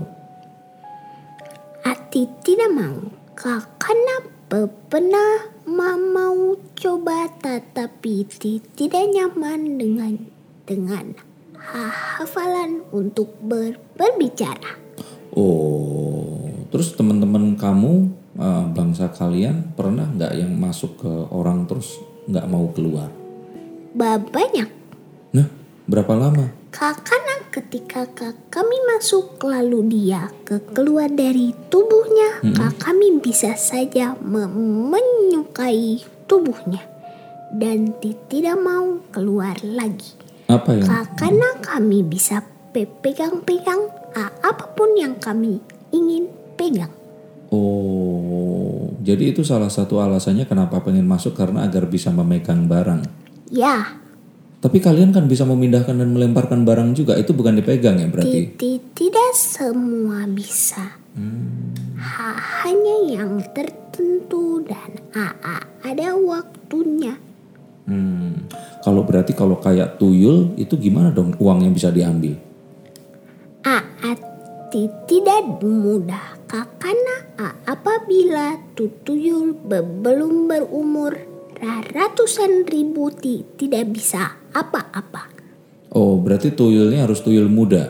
Ati tidak mau. Karena pernah mau coba tetapi tidak nyaman dengan dengan hafalan untuk ber, berbicara. Oh, terus teman-teman kamu bangsa kalian pernah nggak yang masuk ke orang terus nggak mau keluar? Banyak. Nah, berapa lama? Karena ketika kami masuk lalu dia ke keluar dari tubuhnya, hmm. kami bisa saja menyukai tubuhnya dan tidak mau keluar lagi. Apa yang? Karena kami bisa pegang-pegang apapun yang kami ingin pegang. Oh, jadi itu salah satu alasannya kenapa pengen masuk, karena agar bisa memegang barang. Ya. Tapi kalian kan bisa memindahkan dan melemparkan barang juga, itu bukan dipegang ya berarti? Tidak semua bisa. Hmm. Hanya yang tertentu dan ada waktunya. Hmm. Kalau berarti kalau kayak tuyul itu gimana dong uang yang bisa diambil? Ah, tidak mudah karena apabila tuyul belum berumur ratusan ribu tidak bisa apa-apa. Oh, berarti tuyulnya harus tuyul muda.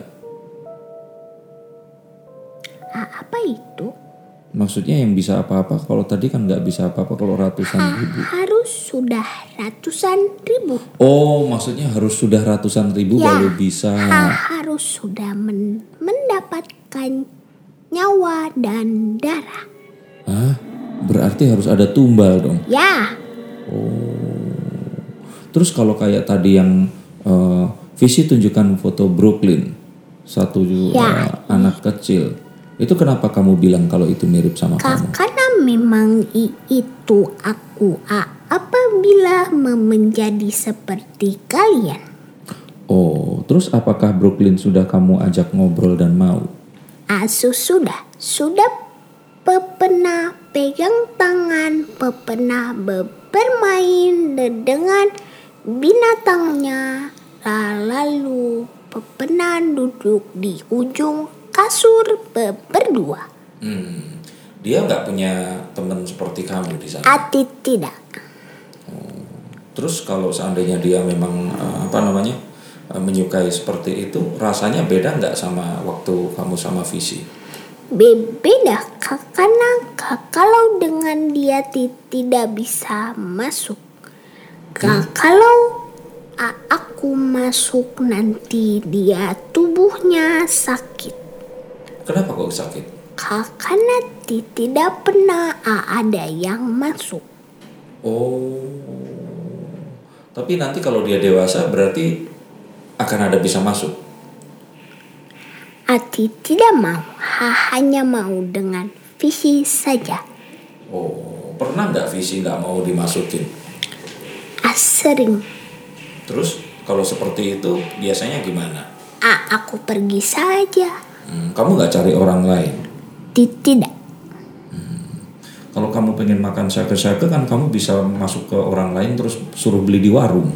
Ah, apa itu? Maksudnya yang bisa apa-apa, kalau tadi kan nggak bisa apa-apa kalau ratusan ha, ribu. Harus sudah ratusan ribu. Oh, maksudnya harus sudah ratusan ribu ya, baru bisa. Ha, harus sudah men- mendapatkan nyawa dan darah. Hah? Berarti harus ada tumbal dong? Ya. Oh. Terus kalau kayak tadi yang uh, visi tunjukkan foto Brooklyn, satu ya. uh, anak kecil. Itu kenapa kamu bilang kalau itu mirip sama Ka- kamu? Karena memang itu aku apabila menjadi seperti kalian. Oh, terus apakah Brooklyn sudah kamu ajak ngobrol dan mau? Asu sudah, sudah pernah pegang tangan, pernah bermain dengan binatangnya, lalu pernah duduk di ujung kasur berdua. Hmm, dia nggak punya teman seperti kamu di sana? Ati tidak. Oh, terus kalau seandainya dia memang uh, apa namanya uh, menyukai seperti itu, rasanya beda nggak sama waktu kamu sama visi? Be- beda, karena kalau dengan dia tidak bisa masuk. Hmm. Kalau aku masuk nanti dia tubuhnya sakit. Kenapa kok sakit? Karena tidak pernah ada yang masuk. Oh, tapi nanti kalau dia dewasa berarti akan ada bisa masuk? Ati tidak mau, hanya mau dengan visi saja. Oh, pernah nggak visi nggak mau dimasukin? Ah, sering. Terus kalau seperti itu biasanya gimana? Ah, aku pergi saja. Hmm, kamu nggak cari orang lain? Tidak. Hmm. Kalau kamu pengen makan sake-sake kan kamu bisa masuk ke orang lain terus suruh beli di warung.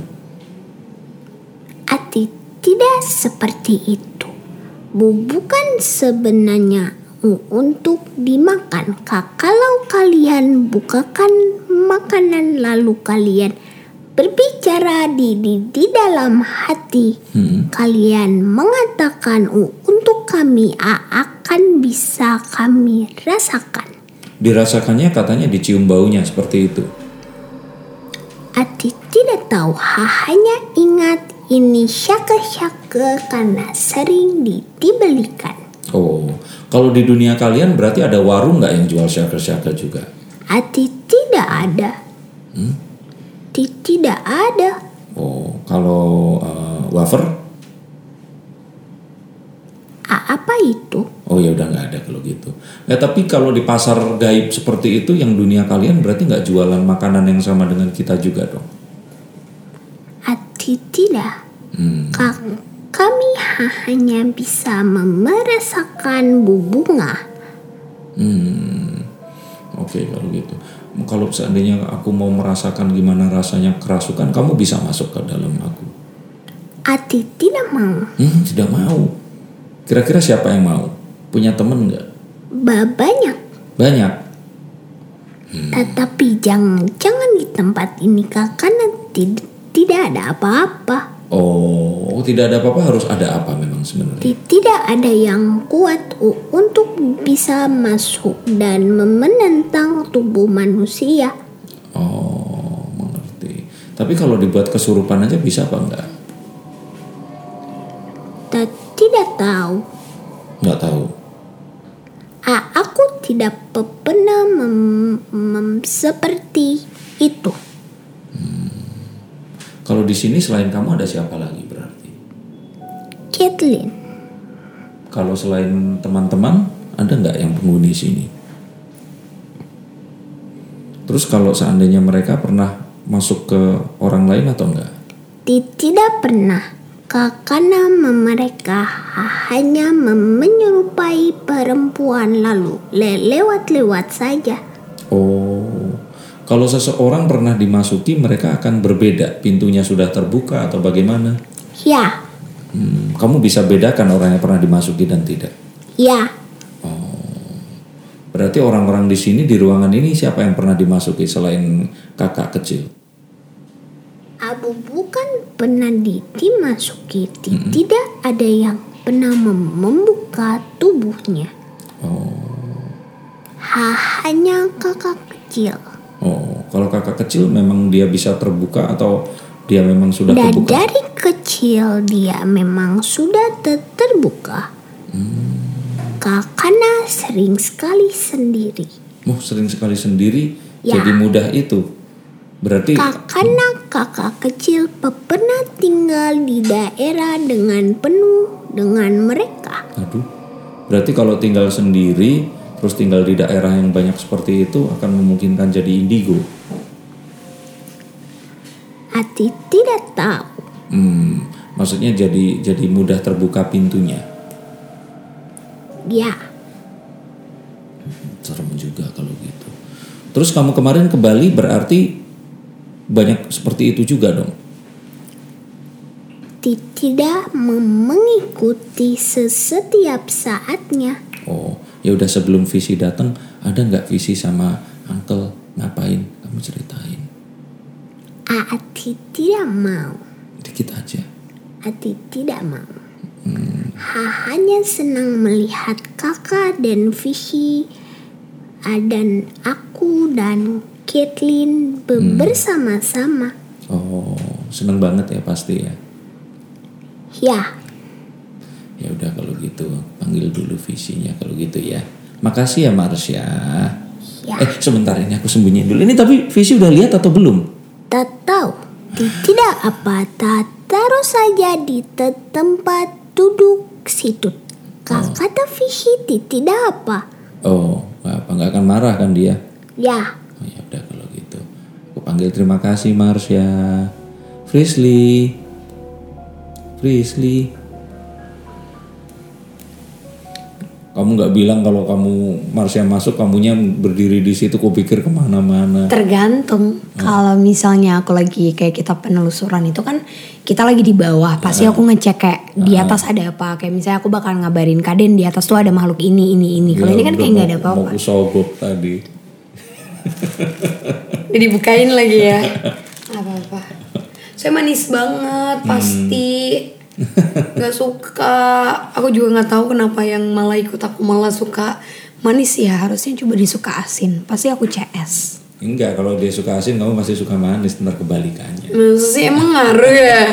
Ati tidak seperti itu. Bukan sebenarnya untuk dimakan. Kalau kalian bukakan makanan lalu kalian berbicara di, di, di dalam hati, hmm. kalian mengatakan untuk kami akan bisa kami rasakan. Dirasakannya katanya dicium baunya seperti itu. Ati tidak tahu, hanya ingat ini syaka-syaka karena sering dibelikan. Oh, kalau di dunia kalian berarti ada warung nggak yang jual syaka-syaka juga? Ati tidak ada. Hmm? Tidak ada. Oh, kalau uh, wafer? A- apa itu? Oh ya udah nggak ada kalau gitu. Ya tapi kalau di pasar gaib seperti itu yang dunia kalian berarti nggak jualan makanan yang sama dengan kita juga dong? Ati tidak. Hmm. Ka- kami hanya bisa merasakan bunga. Hmm. Oke kalau gitu. Kalau seandainya aku mau merasakan gimana rasanya kerasukan, kamu bisa masuk ke dalam aku? Ati tidak mau. Hmm, tidak mau. Kira-kira siapa yang mau? Punya temen nggak? Ba- banyak. Banyak. Hmm. Tetapi jangan jangan di tempat ini Kak, karena tid- tidak ada apa-apa. Oh, tidak ada apa-apa, harus ada apa memang sebenarnya? Ti- Tidak ada yang kuat u- untuk bisa masuk dan menentang tubuh manusia. Oh, mengerti. Tapi kalau dibuat kesurupan aja bisa apa enggak? Ta- Tidak tahu. Nggak tahu. A- aku tidak pe- pernah mem- mem- seperti itu. Kalau di sini selain kamu ada siapa lagi berarti? Kathleen. Kalau selain teman-teman ada nggak yang penghuni sini? Terus kalau seandainya mereka pernah masuk ke orang lain atau enggak? Ti- Tidak pernah. Ka- Karena mereka hanya mem- menyerupai perempuan lalu le- lewat-lewat saja. Oh, kalau seseorang pernah dimasuki mereka akan berbeda. Pintunya sudah terbuka atau bagaimana? Ya, Hmm, kamu bisa bedakan orang yang pernah dimasuki dan tidak? ya. Berarti orang-orang di sini di ruangan ini siapa yang pernah dimasuki selain kakak kecil? Abu bukan pernah di- dimasuki. Ti- Tidak ada yang pernah mem- membuka tubuhnya. Oh, Ha- hanya kakak kecil. oh, kalau kakak kecil memang dia bisa terbuka atau dia memang sudah Dan terbuka? dari kecil dia memang sudah ter- terbuka. Ka- Karena sering sekali sendiri. Oh, sering sekali sendiri, Ya. jadi mudah itu. Berarti Ka- Karena kakak kecil pe- pernah tinggal di daerah dengan penuh dengan mereka. aduh. Berarti kalau tinggal sendiri terus tinggal di daerah yang banyak seperti itu akan memungkinkan jadi indigo. Ati tidak tahu. Hmm, maksudnya jadi jadi mudah terbuka pintunya. Ya, Serem juga kalau gitu. Terus kamu kemarin ke Bali berarti banyak seperti itu juga dong? ti- tidak mem- mengikuti se- setiap saatnya. Oh, ya udah sebelum visi datang ada nggak visi sama uncle ngapain? Kamu ceritain. Ati tidak mau. Dikit aja. Ati tidak mau. Ha- hanya senang melihat kakak dan Visi ah, dan aku dan Kathleen be- bersama-sama. Oh, seneng banget ya pasti ya. Ya, Ya udah kalau gitu panggil dulu visinya kalau gitu ya. Makasih ya Marsha. ya. Eh sebentar ini aku sembunyiin dulu. Ini tapi visi udah lihat atau belum? Tak tahu. Ti- Tidak apa. Ta- taruh saja di te- tempat duduk situ. Ka- Kata Visi ti- tidak apa. Oh, nggak apa nggak akan marah kan dia? Ya, Oh ya udah kalau gitu. Aku panggil terima kasih Marsha. Frisley. Frisley. Kamu nggak bilang kalau kamu Marsha masuk, kamunya berdiri di situ. Kau pikir kemana-mana. Tergantung. Kalau misalnya aku lagi kayak kita penelusuran itu kan kita lagi di bawah, pasti aku ngecek kayak di atas ada apa. Kayak misalnya aku bakal ngabarin Kaden di atas tuh ada makhluk ini ini ini. Kalau Ya, ini kan udah kayak nggak mau- ada apa-apa. Mau kusogok tadi. Jadi bukain lagi ya. Apa-apa. Saya manis banget pasti. Gak suka. Aku juga nggak tahu kenapa yang malah ikut aku malah suka manis ya. Harusnya coba disuka asin. Pasti aku C S. Enggak, kalau dia suka asin kamu pasti suka manis, ntar kebalikannya. Maksudnya emang ngaruh ya?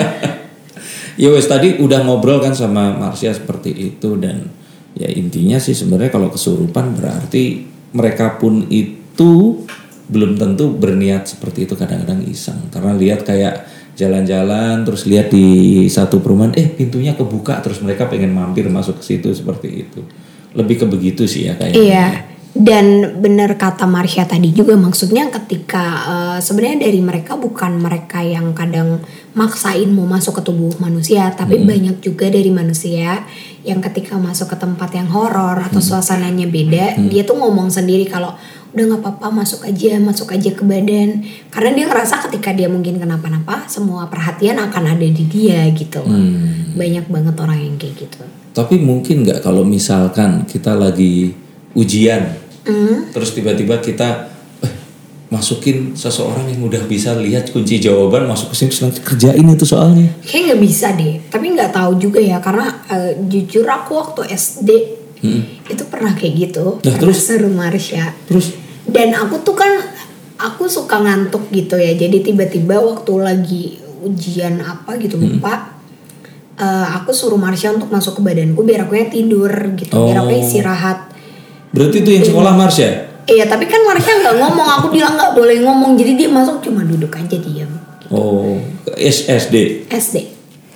Ya wes tadi udah ngobrol kan sama Marsha seperti itu dan ya intinya sih sebenarnya kalau kesurupan berarti mereka pun itu belum tentu berniat seperti itu, kadang-kadang iseng karena lihat kayak jalan-jalan terus lihat di satu perumahan eh pintunya kebuka terus mereka pengen mampir masuk ke situ seperti itu. Lebih ke begitu sih ya kayaknya. Iya. Dan benar kata Marsha tadi juga, maksudnya ketika uh, sebenarnya dari mereka bukan mereka yang kadang maksain mau masuk ke tubuh manusia, tapi hmm. banyak juga dari manusia yang ketika masuk ke tempat yang horor atau hmm. suasananya beda, hmm. dia tuh ngomong sendiri kalau udah nggak apa-apa masuk aja, masuk aja ke badan, karena dia ngerasa ketika dia mungkin kenapa-napa semua perhatian akan ada di dia gitu. Hmm. Banyak banget orang yang kayak gitu. Tapi mungkin nggak kalau misalkan kita lagi ujian Mm. terus tiba-tiba kita eh, masukin seseorang yang udah bisa lihat kunci jawaban masuk ke sini terus nanti kerjain itu soalnya. Kayak nggak bisa deh, tapi nggak tahu juga ya karena uh, jujur aku waktu S D hmm. itu pernah kayak gitu. Nah, terus seru Marsha. Terus dan aku tuh kan aku suka ngantuk gitu ya, jadi tiba-tiba waktu lagi ujian apa gitu lupa. Hmm. Uh, aku suruh Marsha untuk masuk ke badanku biar aku yang tidur gitu, oh. biar aku istirahat. Berarti itu yang sekolah Marsha? Iya, tapi kan Marsha nggak ngomong, aku bilang nggak boleh ngomong, jadi dia masuk cuma duduk aja diam. Gitu. Oh, S SD? S D.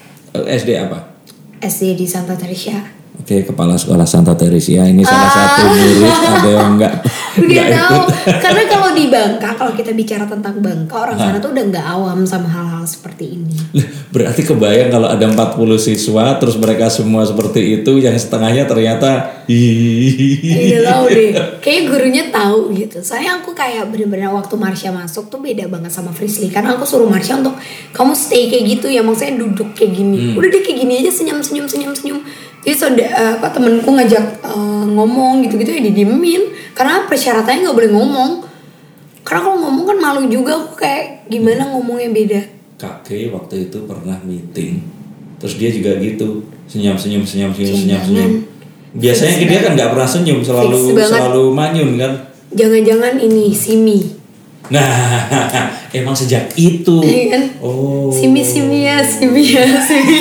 S D apa? S D di Santa Teresa. Oke, kepala sekolah Santa Teresia ini salah ah. satu murid ada yang enggak udah tahu karena kalau di Bangka, kalau kita bicara tentang Bangka, orang Hah? sana tuh udah nggak awam sama hal-hal seperti ini. Berarti kebayang kalau ada empat puluh siswa terus mereka semua seperti itu, yang setengahnya ternyata udah tahu deh, kayak gurunya tahu gitu. Soalnya aku kayak bener-bener waktu Marsha masuk tuh beda banget sama Frisley, karena aku suruh Marsha untuk kamu stay kayak gitu ya, maksudnya duduk kayak gini. Hmm. Udah deh kayak gini aja, senyum-senyum senyum-senyum. Jadi soda, apa temenku ngajak uh, ngomong gitu-gitu ya didiemin karena persyaratannya nggak boleh ngomong, karena kalau ngomong kan malu juga, aku kayak gimana ngomongnya beda. Kak Kay waktu itu pernah meeting terus dia juga gitu senyum senyum senyum senyum senyum senyum. Biasanya dia kan nggak pernah senyum, selalu selalu manyun kan. Jangan-jangan ini Simi. Nah emang sejak itu. Kan? Oh. Simi Simi ya Simi ya Simi.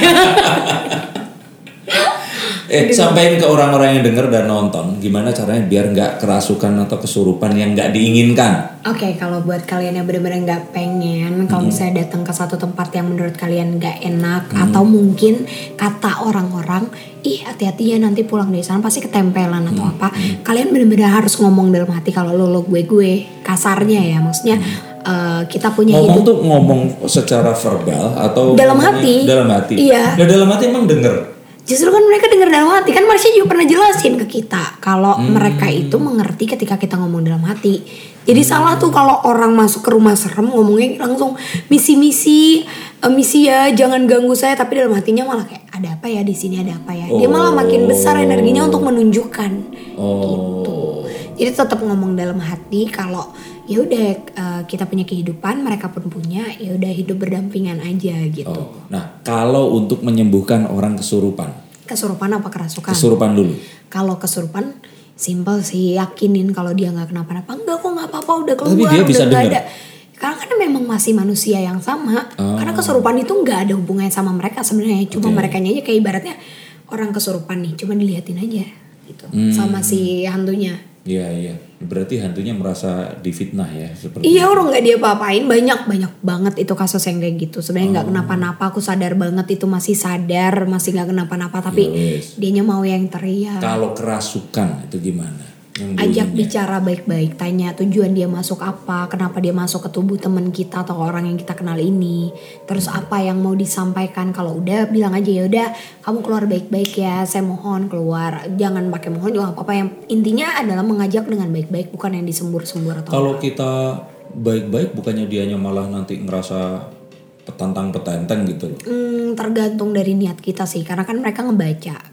Eh, sampaikan ke orang-orang yang dengar dan nonton gimana caranya biar nggak kerasukan atau kesurupan yang nggak diinginkan. Oke, okay, kalau buat kalian yang benar-benar nggak pengen, kalau mm-hmm. misalnya datang ke satu tempat yang menurut kalian nggak enak, mm-hmm. atau mungkin kata orang-orang, ih hati-hati ya nanti pulang dari sana pasti ketempelan atau mm-hmm. apa, kalian benar-benar harus ngomong dalam hati kalau lo lo gue gue, kasarnya ya, maksudnya. Mm-hmm. Uh, kita punya ngomong hidup. Tuh ngomong secara verbal atau dalam hati. Dalam hati. Iya. Nah, dalam hati emang denger. Justru kan mereka dengar dalam hati, kan Marsha juga pernah jelasin ke kita kalau hmm. mereka itu mengerti ketika kita ngomong dalam hati. Jadi hmm. salah tuh kalau orang masuk ke rumah serem ngomongnya langsung misi-misi, uh, misi ya jangan ganggu saya, tapi dalam hatinya malah kayak ada apa ya di sini, ada apa ya. Dia oh. malah makin besar energinya untuk menunjukkan. Oh. Gitu. Jadi tetap ngomong dalam hati kalau ya udah uh, kita punya kehidupan, mereka pun punya, ya udah hidup berdampingan aja gitu. Oh. Nah, kalau untuk menyembuhkan orang kesurupan. Kesurupan apa kerasukan? Kesurupan dulu. Kalau kesurupan simple sih, yakinin kalau dia nggak kenapa-napa. Enggak kok, nggak apa-apa, udah keluar. Tapi dia bisa dengar. Ada. Karena kan memang masih manusia yang sama. Oh. Karena kesurupan itu nggak ada hubungannya sama mereka sebenarnya. Cuma okay. mereka aja kayak ibaratnya orang kesurupan nih, cuma dilihatin aja gitu. Hmm. Sama si hantunya. Iya iya, berarti hantunya merasa difitnah ya seperti. Iya, orang nggak dia apa-apain, banyak banyak banget itu kasus yang kayak gitu. Sebenarnya nggak oh. kenapa-napa, aku sadar banget itu masih sadar, masih nggak kenapa-napa, tapi yes. dianya mau yang teriak. Kalau kerasukan itu gimana? Ajak bicara baik-baik, tanya tujuan dia masuk apa, kenapa dia masuk ke tubuh teman kita atau orang yang kita kenal ini, terus apa yang mau disampaikan. Kalau udah bilang aja ya udah kamu keluar baik-baik ya, saya mohon keluar, jangan pakai mohon juga apa-apa, yang intinya adalah mengajak dengan baik-baik, bukan yang disembur-sembur atau kalau apa. Kita baik-baik bukannya dianya malah nanti ngerasa petantang petenteng gitu loh. Hmm, tergantung dari niat kita sih, karena kan mereka ngebaca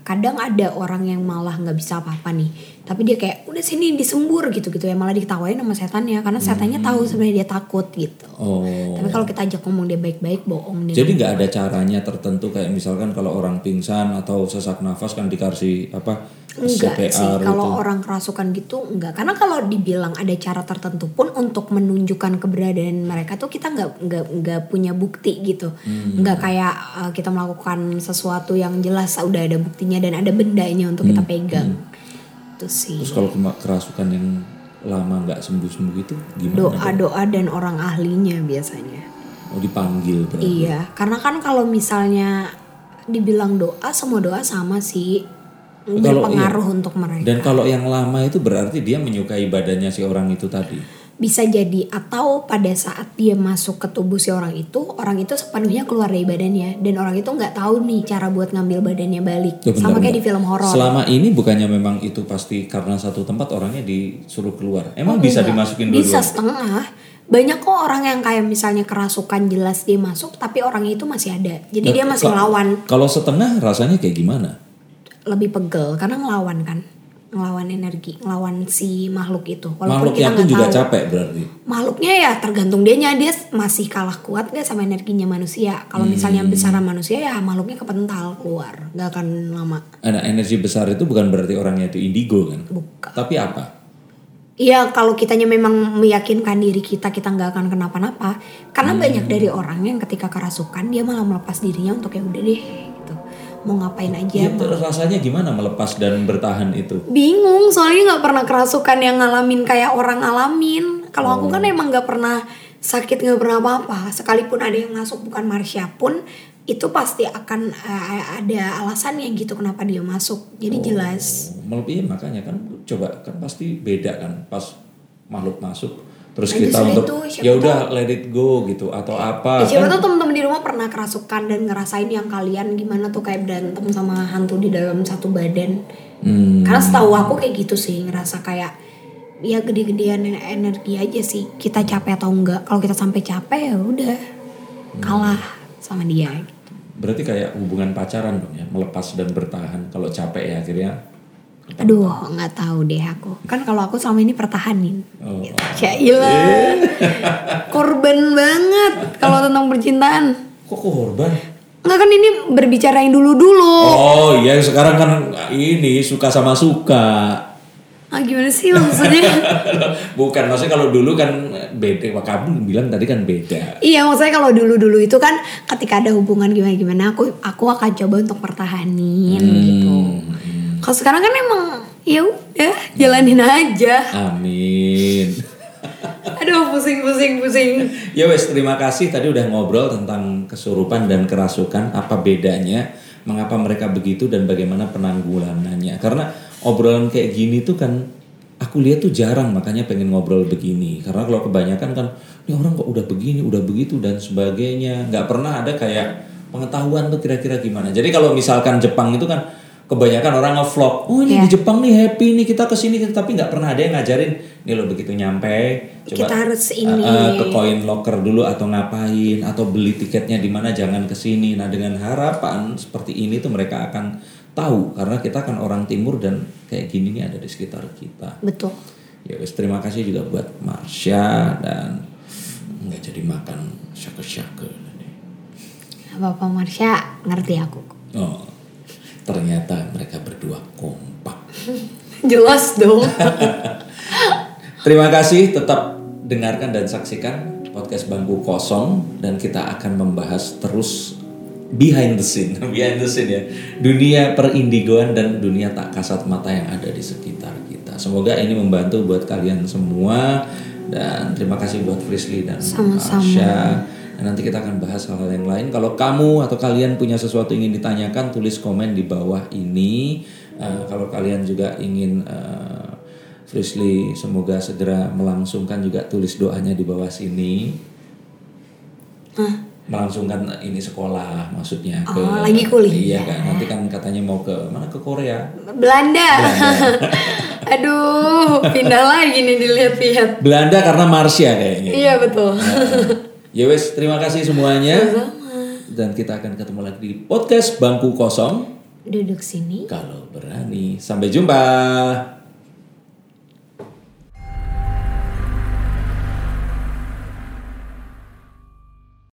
kadang ada orang yang malah nggak bisa apa-apa nih, tapi dia kayak udah sini disembur gitu-gitu ya, malah diketawain sama setannya karena setannya tahu sebenarnya dia takut gitu. Oh. Tapi kalau kita ajak ngomong dia baik-baik, bohong dia. Jadi nggak ada caranya tertentu kayak misalkan kalau orang pingsan atau sesak nafas kan dikasih apa enggak C P R sih kalau itu. orang kerasukan gitu enggak, karena kalau dibilang ada cara tertentu pun untuk menunjukkan keberadaan mereka tuh kita nggak nggak nggak punya bukti gitu. hmm. Nggak kayak uh, kita melakukan sesuatu yang jelas udah ada buktinya dan ada bendanya untuk hmm. kita pegang. hmm. Itu sih. Terus kalau kerasukan yang lama nggak sembuh-sembuh gitu gimana? Doa-doa dan orang ahlinya biasanya. Oh, dipanggil berarti. Iya, karena kan kalau misalnya dibilang doa, semua doa sama sih, berpengaruh iya. untuk mereka. Dan kalau yang lama itu berarti dia menyukai badannya si orang itu tadi. Bisa jadi, atau pada saat dia masuk ke tubuh si orang itu, orang itu sepenuhnya keluar dari badannya dan orang itu nggak tahu nih cara buat ngambil badannya balik. Ya, benar, sama kayak benar. Di film horor. Selama ini bukannya memang itu pasti karena satu tempat orangnya disuruh keluar. Emang oh, bisa enggak. Dimasukin dulu? Bisa setengah. Banyak kok orang yang kayak misalnya kerasukan jelas dia masuk tapi orangnya itu masih ada. Jadi nah, dia masih ngelawan. Kalau setengah rasanya kayak gimana? Lebih pegel karena ngelawan kan, ngelawan energi, ngelawan si makhluk itu. Walaupun makhluknya pun juga tahu, capek berarti. Makhluknya ya tergantung dianya, dia masih kalah kuat gak sama energinya manusia. Kalau hmm. misalnya besaran manusia ya makhluknya kepental keluar, gak akan lama. Nah, energi besar itu bukan berarti orangnya itu indigo kan? Bukan. Tapi apa? Iya, kalau kitanya memang meyakinkan diri kita kita nggak akan kenapa-napa. Karena hmm. banyak dari orang yang ketika kerasukan dia malah melepas dirinya untuk ya udah deh gitu. Mau ngapain aja. Ya, terus rasanya gimana melepas dan bertahan itu? Bingung, soalnya nggak pernah kerasukan yang ngalamin kayak orang ngalamin. Kalau oh. aku kan emang nggak pernah sakit, nggak pernah apa-apa. Sekalipun ada yang masuk bukan Marsha pun itu pasti akan uh, ada alasannya gitu kenapa dia masuk. Jadi oh, jelas. Iya, makanya kan coba kan pasti beda kan pas makhluk masuk. Terus nah, kita untuk ya udah tahu, let it go gitu atau apa. Ya, siapa kan? tahu teman-teman di rumah pernah kerasukan dan ngerasain yang kalian gimana tuh kayak berantem sama hantu di dalam satu badan. Hmm. Karena setahu aku kayak gitu sih, ngerasa kayak ya gede-gedean energi aja sih. Kita capek atau enggak. Kalau kita sampai capek ya udah kalah hmm. sama dia. Gitu. Berarti kayak hubungan pacaran dong ya, melepas dan bertahan. Kalau capek ya akhirnya. Aduh, nggak tahu deh aku. Kan kalau aku selama ini pertahanin. Oh. Cailah. Korban banget kalau tentang percintaan. Kok korban? Enggak kan ini berbicara yang dulu-dulu. Oh iya, sekarang kan ini suka sama suka. Ah gimana sih maksudnya? Bukan, maksudnya kalau dulu kan beda. Kamu bilang tadi kan beda. Iya, maksudnya kalau dulu-dulu itu kan ketika ada hubungan gimana-gimana aku aku akan coba untuk pertahanin hmm. gitu. Kalau sekarang kan emang ya udah jalanin aja. Amin. Aduh pusing-pusing pusing. Ya wes, terima kasih tadi udah ngobrol tentang kesurupan dan kerasukan, apa bedanya, mengapa mereka begitu dan bagaimana penanggulangannya. Karena obrolan kayak gini tuh kan aku lihat tuh jarang, makanya pengen ngobrol begini. Karena kalau kebanyakan kan ini orang kok udah begini, udah begitu dan sebagainya. Nggak pernah ada kayak pengetahuan tuh kira-kira gimana. Jadi kalau misalkan Jepang itu kan kebanyakan orang nge-vlog, oh ini yeah. di Jepang nih happy nih kita kesini, tapi nggak pernah ada yang ngajarin nih lo begitu nyampe coba kita harus ini uh, uh, ke coin locker dulu atau ngapain atau beli tiketnya di mana, jangan kesini. Nah dengan harapan seperti ini tuh mereka akan tahu karena kita kan orang timur dan kayak gini nih ada di sekitar kita. Betul. Ya wes, terima kasih juga buat Marsha dan nggak jadi makan syake-syake. Bapak Marsha ngerti aku. Oh. Ternyata mereka berdua kompak. Jelas dong. Terima kasih, tetap dengarkan dan saksikan podcast Bangku Kosong dan kita akan membahas terus behind the scene, behind the scene ya, dunia perindigoan dan dunia tak kasat mata yang ada di sekitar kita. Semoga ini membantu buat kalian semua dan terima kasih buat Frisly dan Marsha. Dan nanti kita akan bahas hal-hal yang lain. Kalau kamu atau kalian punya sesuatu ingin ditanyakan, tulis komen di bawah ini. Uh, kalau kalian juga ingin uh, Frisly semoga segera melangsungkan, juga tulis doanya di bawah sini. Huh? Melangsungkan ini sekolah maksudnya. Ke, oh lagi Iya kuliah. kan, nanti kan katanya mau ke mana, ke Korea. Belanda. Belanda. Aduh, pindah lagi nih dilihat-lihat. Belanda karena Marsha kayaknya. Iya betul. Nah, ya wes, terima kasih semuanya. Sama-sama. Dan kita akan ketemu lagi di podcast Bangku Kosong. Duduk sini. Kalau berani. Sampai jumpa.